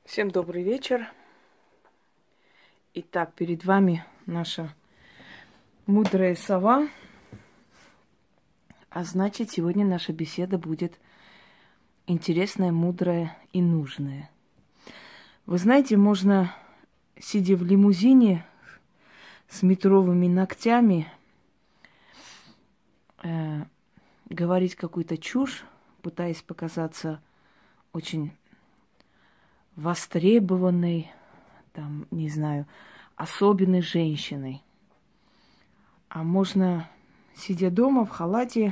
Всем добрый вечер. Итак, перед вами наша мудрая сова. А значит, сегодня наша беседа будет интересная, мудрая и нужная. Вы знаете, можно, сидя в лимузине с метровыми ногтями, говорить какую-то чушь, пытаясь показаться очень востребованной, там, не знаю, особенной женщиной. А можно, сидя дома в халате,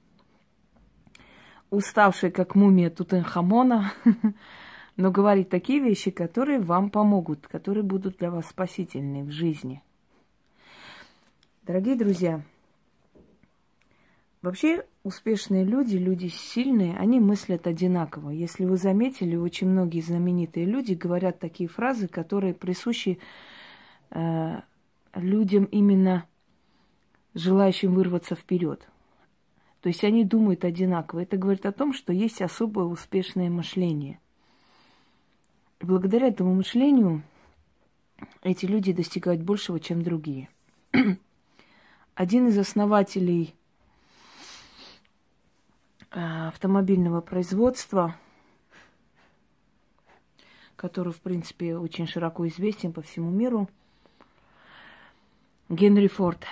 уставшей, как мумия Тутанхамона, но говорить такие вещи, которые вам помогут, которые будут для вас спасительны в жизни. Дорогие друзья, вообще успешные люди, люди сильные, они мыслят одинаково. Если вы заметили, очень многие знаменитые люди говорят такие фразы, которые присущи людям, именно желающим вырваться вперед. То есть они думают одинаково. Это говорит о том, что есть особое успешное мышление. И благодаря этому мышлению эти люди достигают большего, чем другие. Один из основателей автомобильного производства, который, в принципе, очень широко известен по всему миру, Генри Форд.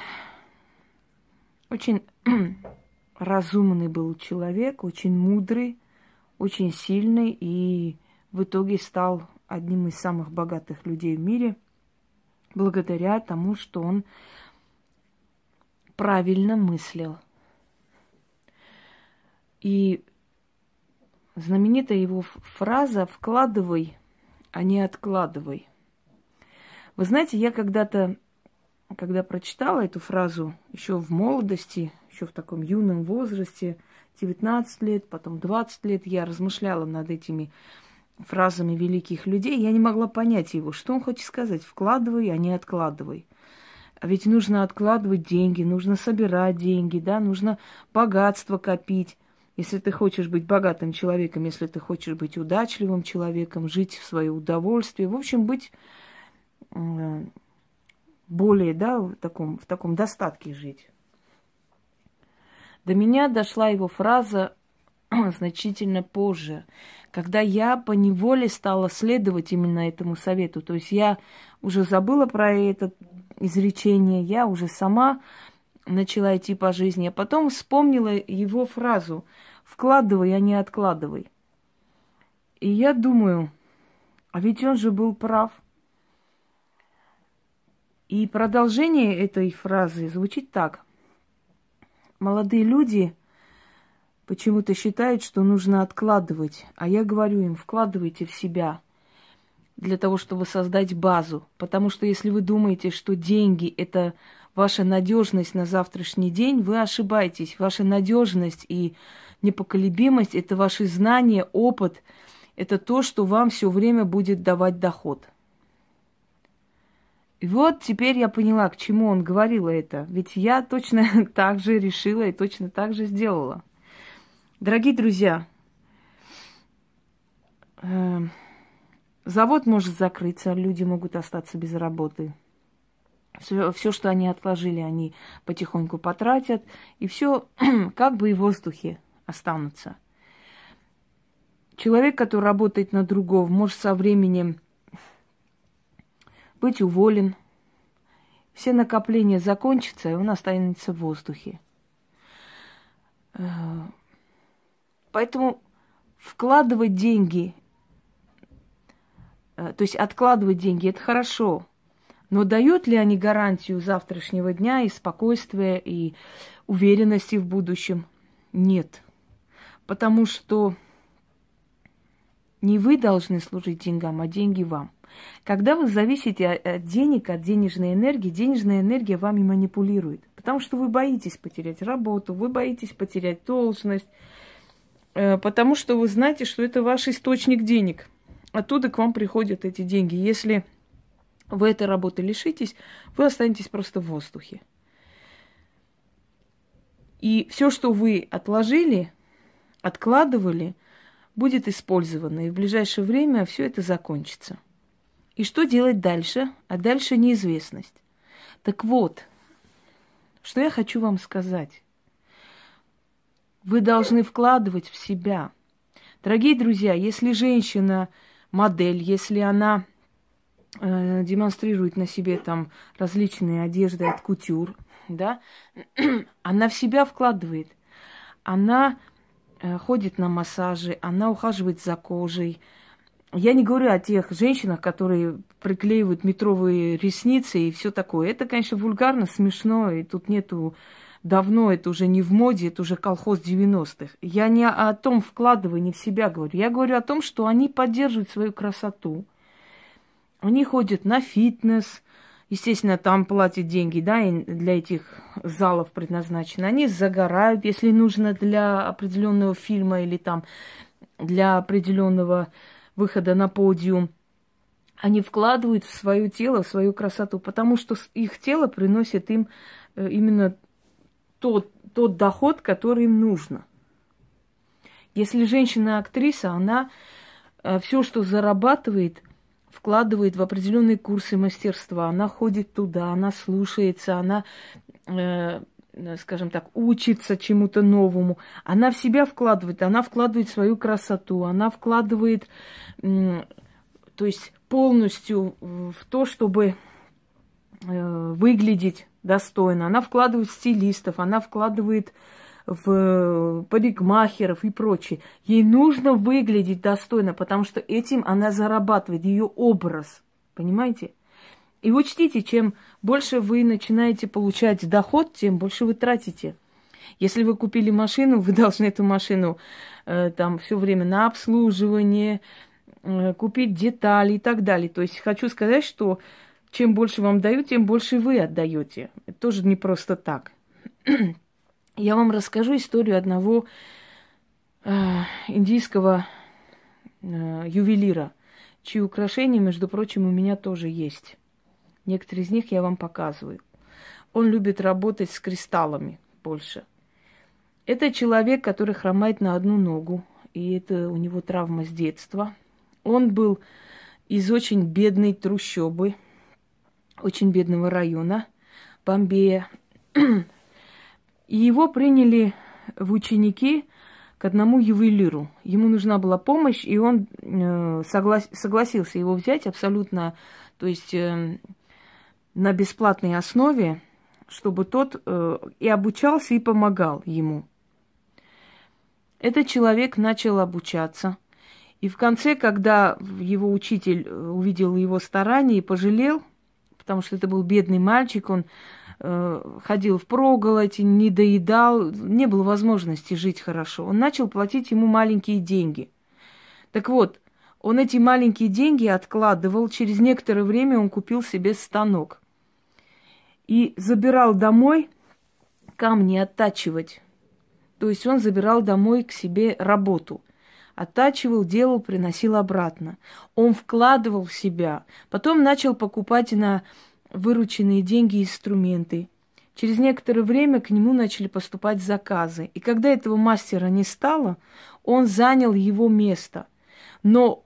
Очень разумный был человек, очень мудрый, очень сильный и в итоге стал одним из самых богатых людей в мире благодаря тому, что он правильно мыслил. И знаменитая его фраза «вкладывай, а не откладывай». Вы знаете, я когда-то, когда прочитала эту фразу еще в молодости, еще в таком юном возрасте, 19 лет, потом 20 лет, я размышляла над этими фразами великих людей, я не могла понять его, что он хочет сказать. Вкладывай, а не откладывай. А ведь нужно откладывать деньги, нужно собирать деньги, да, нужно богатство копить. Если ты хочешь быть богатым человеком, если ты хочешь быть удачливым человеком, жить в свое удовольствие, в общем, быть более, да, в таком достатке жить. До меня дошла его фраза значительно позже, когда я поневоле стала следовать именно этому совету. То есть я уже забыла про это изречение, я уже сама начала идти по жизни, а потом вспомнила его фразу «вкладывай, а не откладывай». И я думаю, а ведь он же был прав. И продолжение этой фразы звучит так. Молодые люди почему-то считают, что нужно откладывать, а я говорю им, вкладывайте в себя для того, чтобы создать базу. Потому что если вы думаете, что деньги – это ваша надежность на завтрашний день, вы ошибаетесь. Ваша надежность и непоколебимость – это ваши знания, опыт, это то, что вам все время будет давать доход. И вот теперь я поняла, к чему он говорил это. Ведь я точно так же решила и точно так же сделала. Дорогие друзья, завод может закрыться, люди могут остаться без работы. Все, что они отложили, они потихоньку потратят, и все как бы и в воздухе останутся. Человек, который работает на другого, может со временем быть уволен. Все накопления закончатся, и он останется в воздухе. Поэтому вкладывать деньги, то есть откладывать деньги, это хорошо. Но дают ли они гарантию завтрашнего дня и спокойствия, и уверенности в будущем? Нет. Потому что не вы должны служить деньгам, а деньги вам. Когда вы зависите от денег, от денежной энергия вами манипулирует. Потому что вы боитесь потерять работу, вы боитесь потерять должность, потому что вы знаете, что это ваш источник денег. Оттуда к вам приходят эти деньги. Если вы этой работы лишитесь, вы останетесь просто в воздухе. И все, что вы отложили, откладывали, будет использовано, и в ближайшее время все это закончится. И что делать дальше? А дальше неизвестность. Так вот, что я хочу вам сказать. Вы должны вкладывать в себя. Дорогие друзья, если женщина модель, если она демонстрирует на себе там различные одежды от кутюр, да, она в себя вкладывает. Она ходит на массажи, она ухаживает за кожей. Я не говорю о тех женщинах, которые приклеивают метровые ресницы и все такое. Это, конечно, вульгарно, смешно, и тут нету давно, это уже не в моде, это уже колхоз 90-х. Я не о том вкладываю, не в себя говорю. Я говорю о том, что они поддерживают свою красоту. Они ходят на фитнес, естественно, там платят деньги, да, и для этих залов предназначены. Они загорают, если нужно для определенного фильма или там для определенного выхода на подиум. Они вкладывают в свое тело, в свою красоту, потому что их тело приносит им именно тот доход, который им нужно. Если женщина актриса, она все, что зарабатывает, вкладывает в определенные курсы мастерства. Она ходит туда, она слушается, она, скажем так, учится чему-то новому. Она в себя вкладывает, она вкладывает свою красоту, она вкладывает, то есть полностью в то, чтобы выглядеть достойно. Она вкладывает в стилистов, она вкладывает в парикмахеров и прочее. Ей нужно выглядеть достойно, потому что этим она зарабатывает, ее образ. Понимаете? И учтите, чем больше вы начинаете получать доход, тем больше вы тратите. Если вы купили машину, вы должны эту машину там все время на обслуживание, купить детали и так далее. То есть хочу сказать, что чем больше вам дают, тем больше вы отдаете. Это тоже не просто так. Я вам расскажу историю одного индийского ювелира, чьи украшения, между прочим, у меня тоже есть. Некоторые из них я вам показываю. Он любит работать с кристаллами больше. Это человек, который хромает на одну ногу, и это у него травма с детства. Он был из очень бедной трущобы, очень бедного района Бомбея. И его приняли в ученики к одному ювелиру. Ему нужна была помощь, и он согласился его взять абсолютно, то есть на бесплатной основе, чтобы тот и обучался, и помогал ему. Этот человек начал обучаться. И в конце, когда его учитель увидел его старания и пожалел, потому что это был бедный мальчик, он ходил впроголодь, не доедал, не было возможности жить хорошо. Он начал платить ему маленькие деньги. Так вот, он эти маленькие деньги откладывал, через некоторое время он купил себе станок. И забирал домой камни оттачивать. То есть он забирал домой к себе работу. Оттачивал, делал, приносил обратно. Он вкладывал в себя. Потом начал покупать на вырученные деньги инструменты. Через некоторое время к нему начали поступать заказы. И когда этого мастера не стало, он занял его место. Но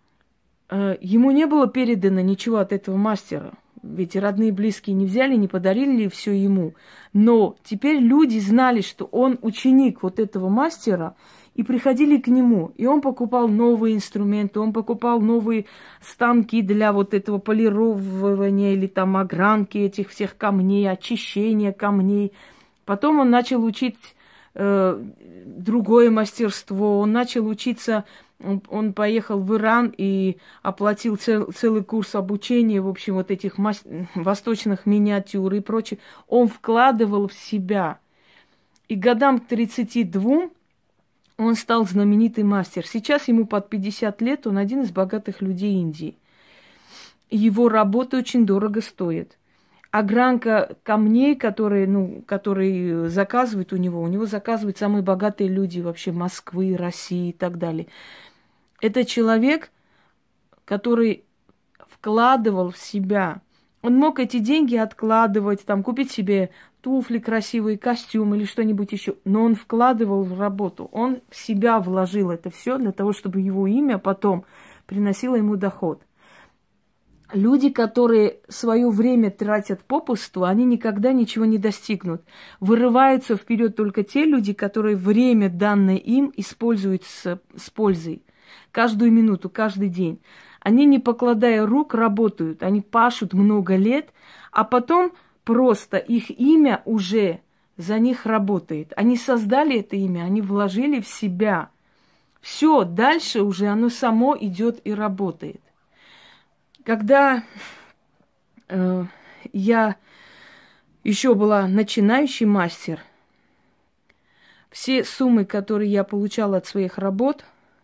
ему не было передано ничего от этого мастера. Ведь родные и близкие не взяли, не подарили все ему. Но теперь люди знали, что он ученик вот этого мастера, и приходили к нему. И он покупал новые инструменты, он покупал новые станки для вот этого полирования или там огранки этих всех камней, очищения камней. Потом он начал учить другое мастерство, он начал учиться, он поехал в Иран и оплатил целый курс обучения, в общем, вот этих восточных миниатюр и прочее. Он вкладывал в себя. И годам к 32 он стал знаменитый мастер. Сейчас ему под 50 лет, он один из богатых людей Индии. Его работа очень дорого стоит. Огранка камней, которые заказывают у него заказывают самые богатые люди вообще Москвы, России и так далее. Это человек, который вкладывал в себя. Он мог эти деньги откладывать, там, купить себе туфли красивые, костюм или что-нибудь еще. Но он вкладывал в работу, он в себя вложил это все для того, чтобы его имя потом приносило ему доход. Люди, которые свое время тратят попусту, они никогда ничего не достигнут. Вырываются вперед только те люди, которые время, данное им, используют с пользой. Каждую минуту, каждый день. Они, не покладая рук, работают. Они пашут много лет, а потом просто их имя уже за них работает. Они создали это имя, они вложили в себя. Все, дальше уже оно само идет и работает. Когда я еще была начинающий мастер, все суммы, которые я получала от своих работ,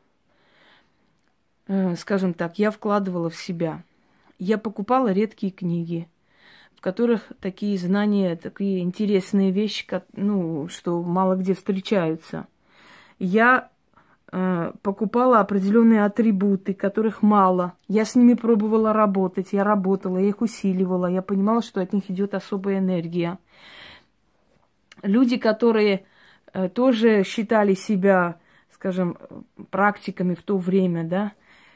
скажем так, я вкладывала в себя. Я покупала редкие книги, в которых такие знания, такие интересные вещи, что мало где встречаются. Я покупала определенные атрибуты, которых мало. Я с ними пробовала работать, я работала, я их усиливала, я понимала, что от них идет особая энергия. Люди, которые тоже считали себя, скажем, практиками в то время, да.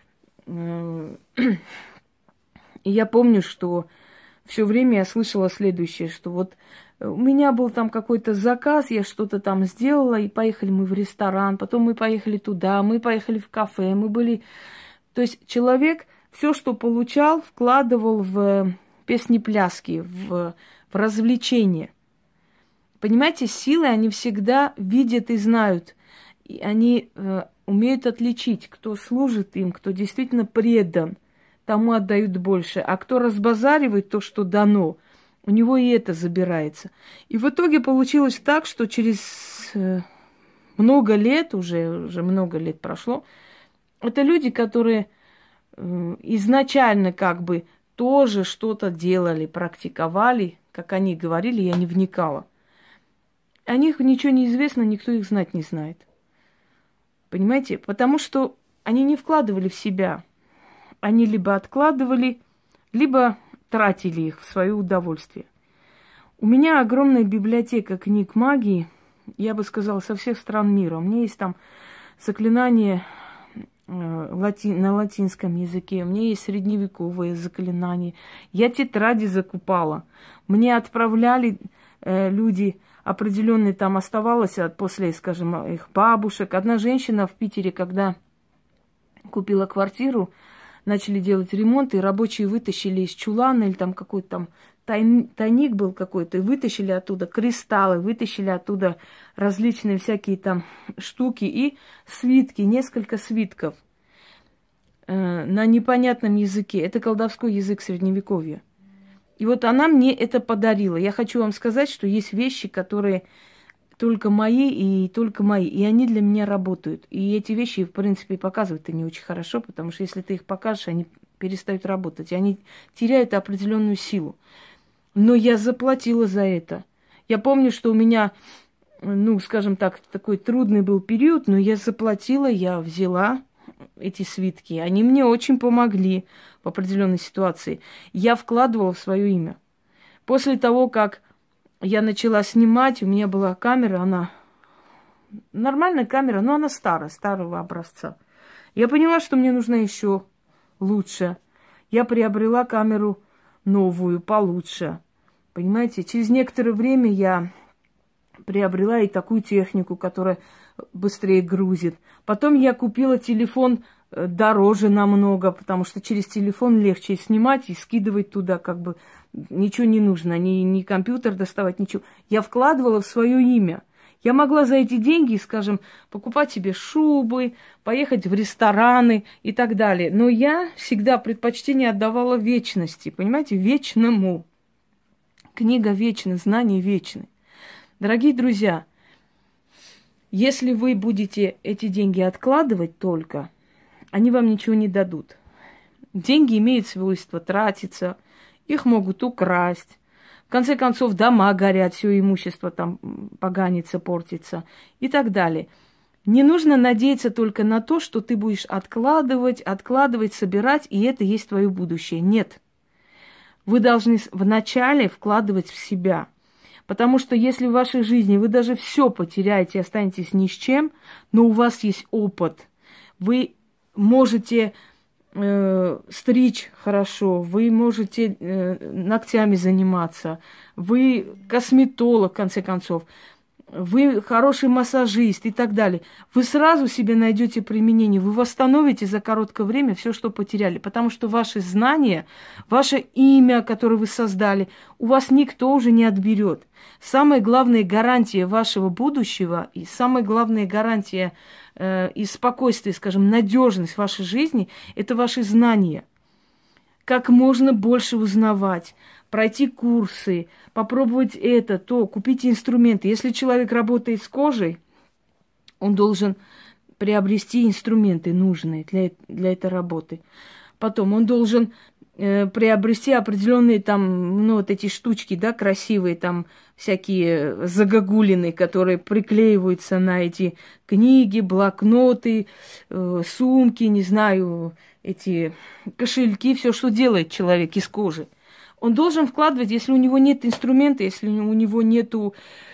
И я помню, что все время я слышала следующее, что вот у меня был там какой-то заказ, я что-то там сделала, и поехали мы в ресторан, потом мы поехали туда, мы поехали в кафе, мы были... То есть человек все, что получал, вкладывал в песни-пляски, в развлечения. Понимаете, силы, они всегда видят и знают. И они умеют отличить, кто служит им, кто действительно предан, тому отдают больше. А кто разбазаривает то, что дано, у него и это забирается. И в итоге получилось так, что через много лет, уже много лет прошло, это люди, которые изначально как бы тоже что-то делали, практиковали, как они говорили, я не вникала. О них ничего не известно, никто их знать не знает. Понимаете? Потому что они не вкладывали в себя. Они либо откладывали, либо тратили их в свое удовольствие. У меня огромная библиотека книг магии, я бы сказала, со всех стран мира. У меня есть там заклинания на латинском языке, у меня есть средневековые заклинания. Я тетради закупала. Мне отправляли люди определенные, там оставалось после, скажем, их бабушек. Одна женщина в Питере, когда купила квартиру, начали делать ремонт, и рабочие вытащили из чулана, или там какой-то там тайник был какой-то, и вытащили оттуда кристаллы, вытащили оттуда различные всякие там штуки и свитки, несколько свитков на непонятном языке. Это колдовской язык Средневековья. И вот она мне это подарила. Я хочу вам сказать, что есть вещи, которые только мои и только мои. И они для меня работают. И эти вещи, в принципе, показывать-то не очень хорошо, потому что если ты их покажешь, они перестают работать. И они теряют определенную силу. Но я заплатила за это. Я помню, что у меня, скажем так, такой трудный был период, но я заплатила, я взяла эти свитки. Они мне очень помогли в определенной ситуации. Я вкладывала в свое имя. После того, как я начала снимать, у меня была камера, она нормальная камера, но она старого образца. Я поняла, что мне нужна еще лучше. Я приобрела камеру новую, получше. Понимаете, через некоторое время я приобрела и такую технику, которая быстрее грузит. Потом я купила телефон дороже намного, потому что через телефон легче снимать и скидывать туда, как бы ничего не нужно, ни компьютер доставать, ничего. Я вкладывала в свое имя. Я могла за эти деньги, скажем, покупать себе шубы, поехать в рестораны и так далее. Но я всегда предпочтение отдавала вечности, понимаете, вечному. Книга вечна, знания вечны. Дорогие друзья, если вы будете эти деньги откладывать только, они вам ничего не дадут. Деньги имеют свойство тратиться, их могут украсть. В конце концов, дома горят, все имущество там поганится, портится и так далее. Не нужно надеяться только на то, что ты будешь откладывать, собирать, и это есть твое будущее. Нет. Вы должны вначале вкладывать в себя. Потому что если в вашей жизни вы даже все потеряете, останетесь ни с чем, но у вас есть опыт, вы можете стричь хорошо, вы можете ногтями заниматься, вы косметолог, в конце концов, вы хороший массажист и так далее. Вы сразу себе найдете применение, вы восстановите за короткое время все, что потеряли, потому что ваши знания, ваше имя, которое вы создали, у вас никто уже не отберет. Самая главная гарантия вашего будущего и самая главная гарантия и спокойствие, скажем, надежность вашей жизни – это ваши знания. Как можно больше узнавать, пройти курсы, попробовать это, то, купить инструменты. Если человек работает с кожей, он должен приобрести инструменты нужные для этой работы. Потом он должен приобрести определенные там, ну, вот эти штучки, да, красивые, там, всякие загогулины, которые приклеиваются на эти книги, блокноты, сумки, не знаю, эти кошельки, все, что делает человек из кожи. Он должен вкладывать, если у него нет инструмента, если у него нету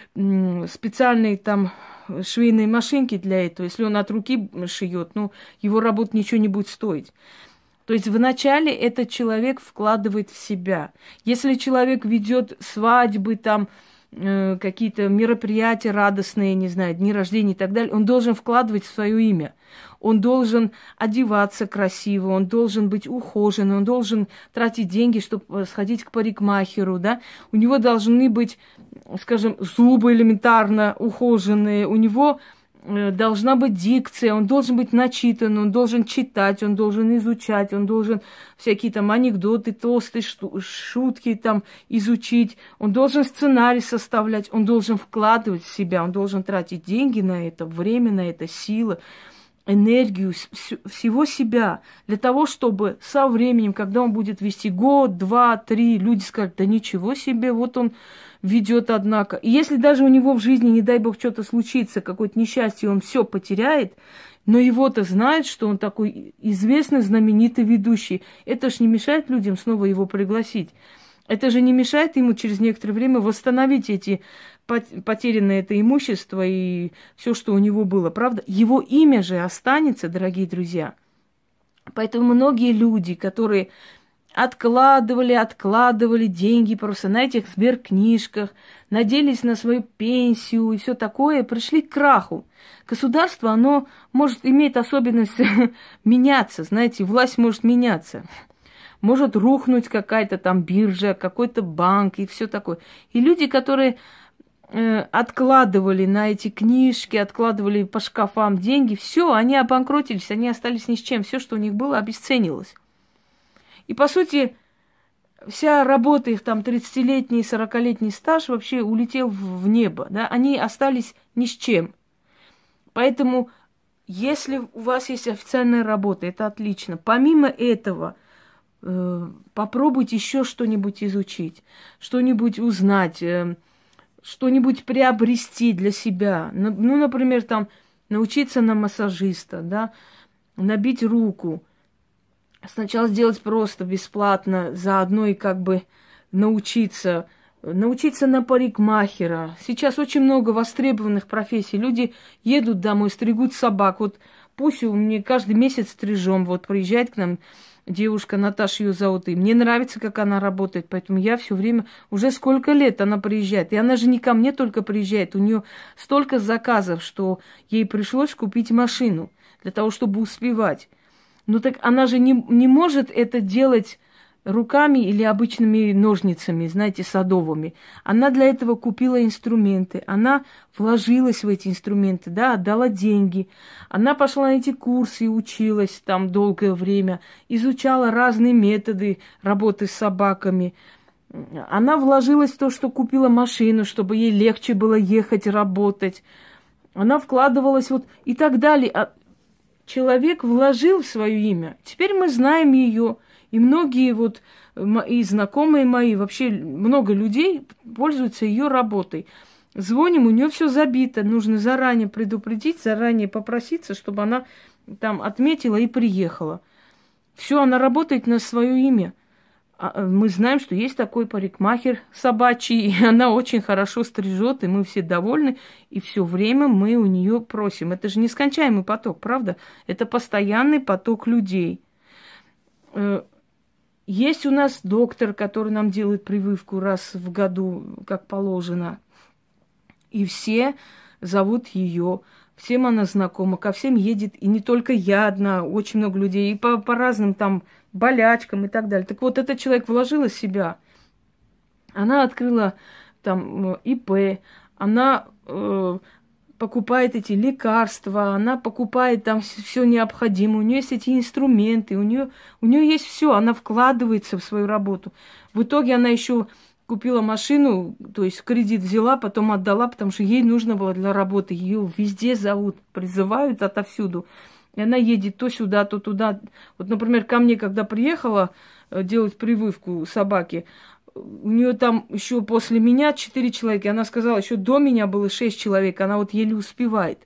специальной там швейной машинки для этого, если он от руки шьет, ну, его работа ничего не будет стоить. То есть вначале этот человек вкладывает в себя. Если человек ведет свадьбы, там, какие-то мероприятия радостные, не знаю, дни рождения и так далее, он должен вкладывать в свое имя. Он должен одеваться красиво, он должен быть ухоженным, он должен тратить деньги, чтобы сходить к парикмахеру, да. У него должны быть, скажем, зубы элементарно ухоженные, у него должна быть дикция, он должен быть начитан, он должен читать, он должен изучать, он должен всякие там анекдоты, толстые шутки там изучить, он должен сценарий составлять, он должен вкладывать в себя, он должен тратить деньги на это, время на это, силы, энергию, всего себя, для того, чтобы со временем, когда он будет вести год, два, три, люди скажут, да ничего себе, вот он ведет, однако. И если даже у него в жизни, не дай бог, что-то случится, какое-то несчастье, он все потеряет, но его-то знает, что он такой известный, знаменитый ведущий. Это ж не мешает людям снова его пригласить. Это же не мешает ему через некоторое время восстановить эти потерянное это имущество и все, что у него было. Правда, его имя же останется, дорогие друзья. Поэтому многие люди, которые откладывали деньги просто на этих сберкнижках, надеялись на свою пенсию и все такое, пришли к краху. Государство, оно может иметь особенность меняться, знаете, власть может меняться. Может рухнуть какая-то там биржа, какой-то банк и все такое. И люди, которые откладывали на эти книжки, откладывали по шкафам деньги, все, они обанкротились, они остались ни с чем, все, что у них было, обесценилось. И, по сути, вся работа их, там, 30-летний, 40-летний стаж вообще улетел в небо, да, они остались ни с чем. Поэтому, если у вас есть официальная работа, это отлично. Помимо этого, попробуйте еще что-нибудь изучить, что-нибудь узнать, что-нибудь приобрести для себя. Ну, например, там, научиться на массажиста, да, набить руку. Сначала сделать просто бесплатно, заодно и как бы научиться на парикмахера. Сейчас очень много востребованных профессий. Люди едут домой, стригут собак. Вот пусть мне каждый месяц стрижем. Вот приезжает к нам девушка, Наташа ее зовут, и мне нравится, как она работает, поэтому я все время, уже сколько лет она приезжает, и она же не ко мне только приезжает, у нее столько заказов, что ей пришлось купить машину для того, чтобы успевать. Ну так она же не может это делать руками или обычными ножницами, знаете, садовыми. Она для этого купила инструменты, она вложилась в эти инструменты, да, отдала деньги. Она пошла на эти курсы и училась там долгое время, изучала разные методы работы с собаками. Она вложилась в то, что купила машину, чтобы ей легче было ехать, работать. Она вкладывалась вот и так далее. Человек вложил в свое имя. Теперь мы знаем ее. И многие вот, и знакомые мои, вообще много людей пользуются ее работой. Звоним, у нее все забито. Нужно заранее предупредить, заранее попроситься, чтобы она там отметила и приехала. Все, она работает на свое имя. Мы знаем, что есть такой парикмахер собачий, и она очень хорошо стрижет, и мы все довольны, и все время мы у нее просим. Это же нескончаемый поток, правда? Это постоянный поток людей. Есть у нас доктор, который нам делает прививку раз в году, как положено. И все зовут ее, всем она знакома, ко всем едет. И не только я одна, очень много людей, и по разным там болячкам и так далее. Так вот, этот человек вложила себя. Она открыла там ИП, она покупает эти лекарства, она покупает там все необходимое, у нее есть эти инструменты, у нее есть все, она вкладывается в свою работу. В итоге она еще купила машину, то есть кредит взяла, потом отдала, потому что ей нужно было для работы. Ее везде зовут, призывают отовсюду. И она едет то сюда, то туда. Вот, например, ко мне, когда приехала делать прививку собаке, у нее там еще после меня 4 человека. Она сказала, еще до меня было 6 человек. Она вот еле успевает.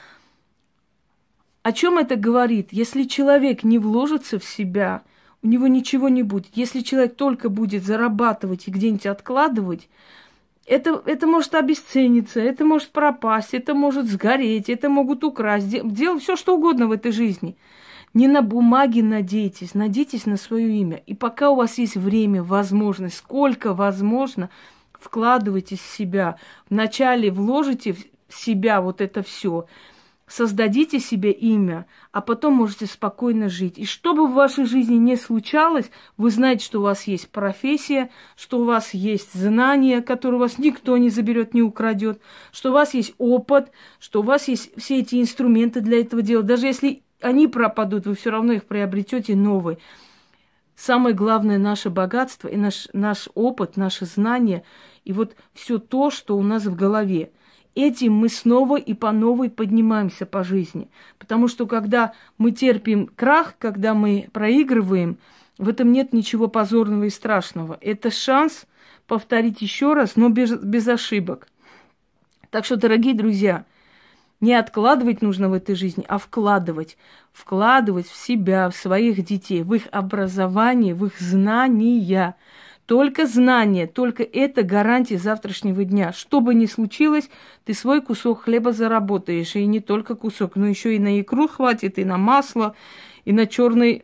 О чем это говорит? Если человек не вложится в себя, у него ничего не будет. Если человек только будет зарабатывать и где-нибудь откладывать, это может обесцениться, это может пропасть, это может сгореть, это могут украсть. Делать все, что угодно в этой жизни. Не на бумаге надейтесь, надейтесь на свое имя. И пока у вас есть время, возможность, сколько возможно, вкладывайте в себя. Вначале вложите в себя вот это все, создадите себе имя, а потом можете спокойно жить. И что бы в вашей жизни не случалось, вы знаете, что у вас есть профессия, что у вас есть знания, которые у вас никто не заберет, не украдет, что у вас есть опыт, что у вас есть все эти инструменты для этого дела. Даже если они пропадут, вы все равно их приобретете новые. Самое главное наше богатство и наш опыт, наши знания, и вот все то, что у нас в голове. Этим мы снова и по новой поднимаемся по жизни. Потому что когда мы терпим крах, когда мы проигрываем, в этом нет ничего позорного и страшного. Это шанс повторить еще раз, но без ошибок. Так что, дорогие друзья, не откладывать нужно в этой жизни, а вкладывать. Вкладывать в себя, в своих детей, в их образование, в их знания. Только знание, только это гарантия завтрашнего дня. Что бы ни случилось, ты свой кусок хлеба заработаешь. И не только кусок, но еще и на икру хватит, и на масло, и на черный,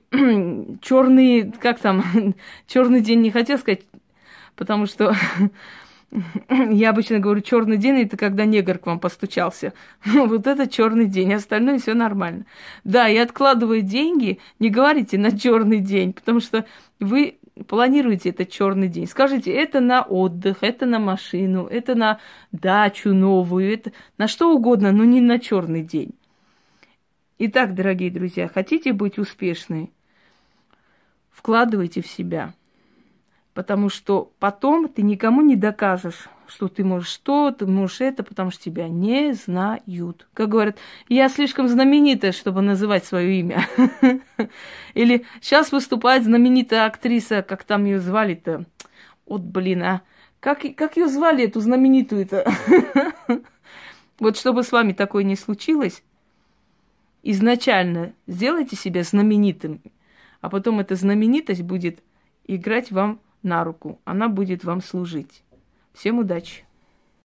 как там, черный день не хотел сказать, потому что я обычно говорю, черный день это когда негр к вам постучался. Вот это черный день, остальное все нормально. Да, и откладывая деньги, не говорите на черный день, потому что вы планируете этот черный день. Скажите, это на отдых, это на машину, это на дачу новую, это на что угодно, но не на черный день. Итак, дорогие друзья, хотите быть успешны? Вкладывайте в себя. Потому что потом ты никому не докажешь, что ты можешь то, ты можешь это, потому что тебя не знают. Как говорят, я слишком знаменитая, чтобы называть свое имя. Или сейчас выступает знаменитая актриса, как там ее звали-то? Вот, блин, а как ее звали, эту знаменитую-то? Вот чтобы с вами такое не случилось, изначально сделайте себя знаменитым, а потом эта знаменитость будет играть вам на руку. Она будет вам служить. Всем удачи!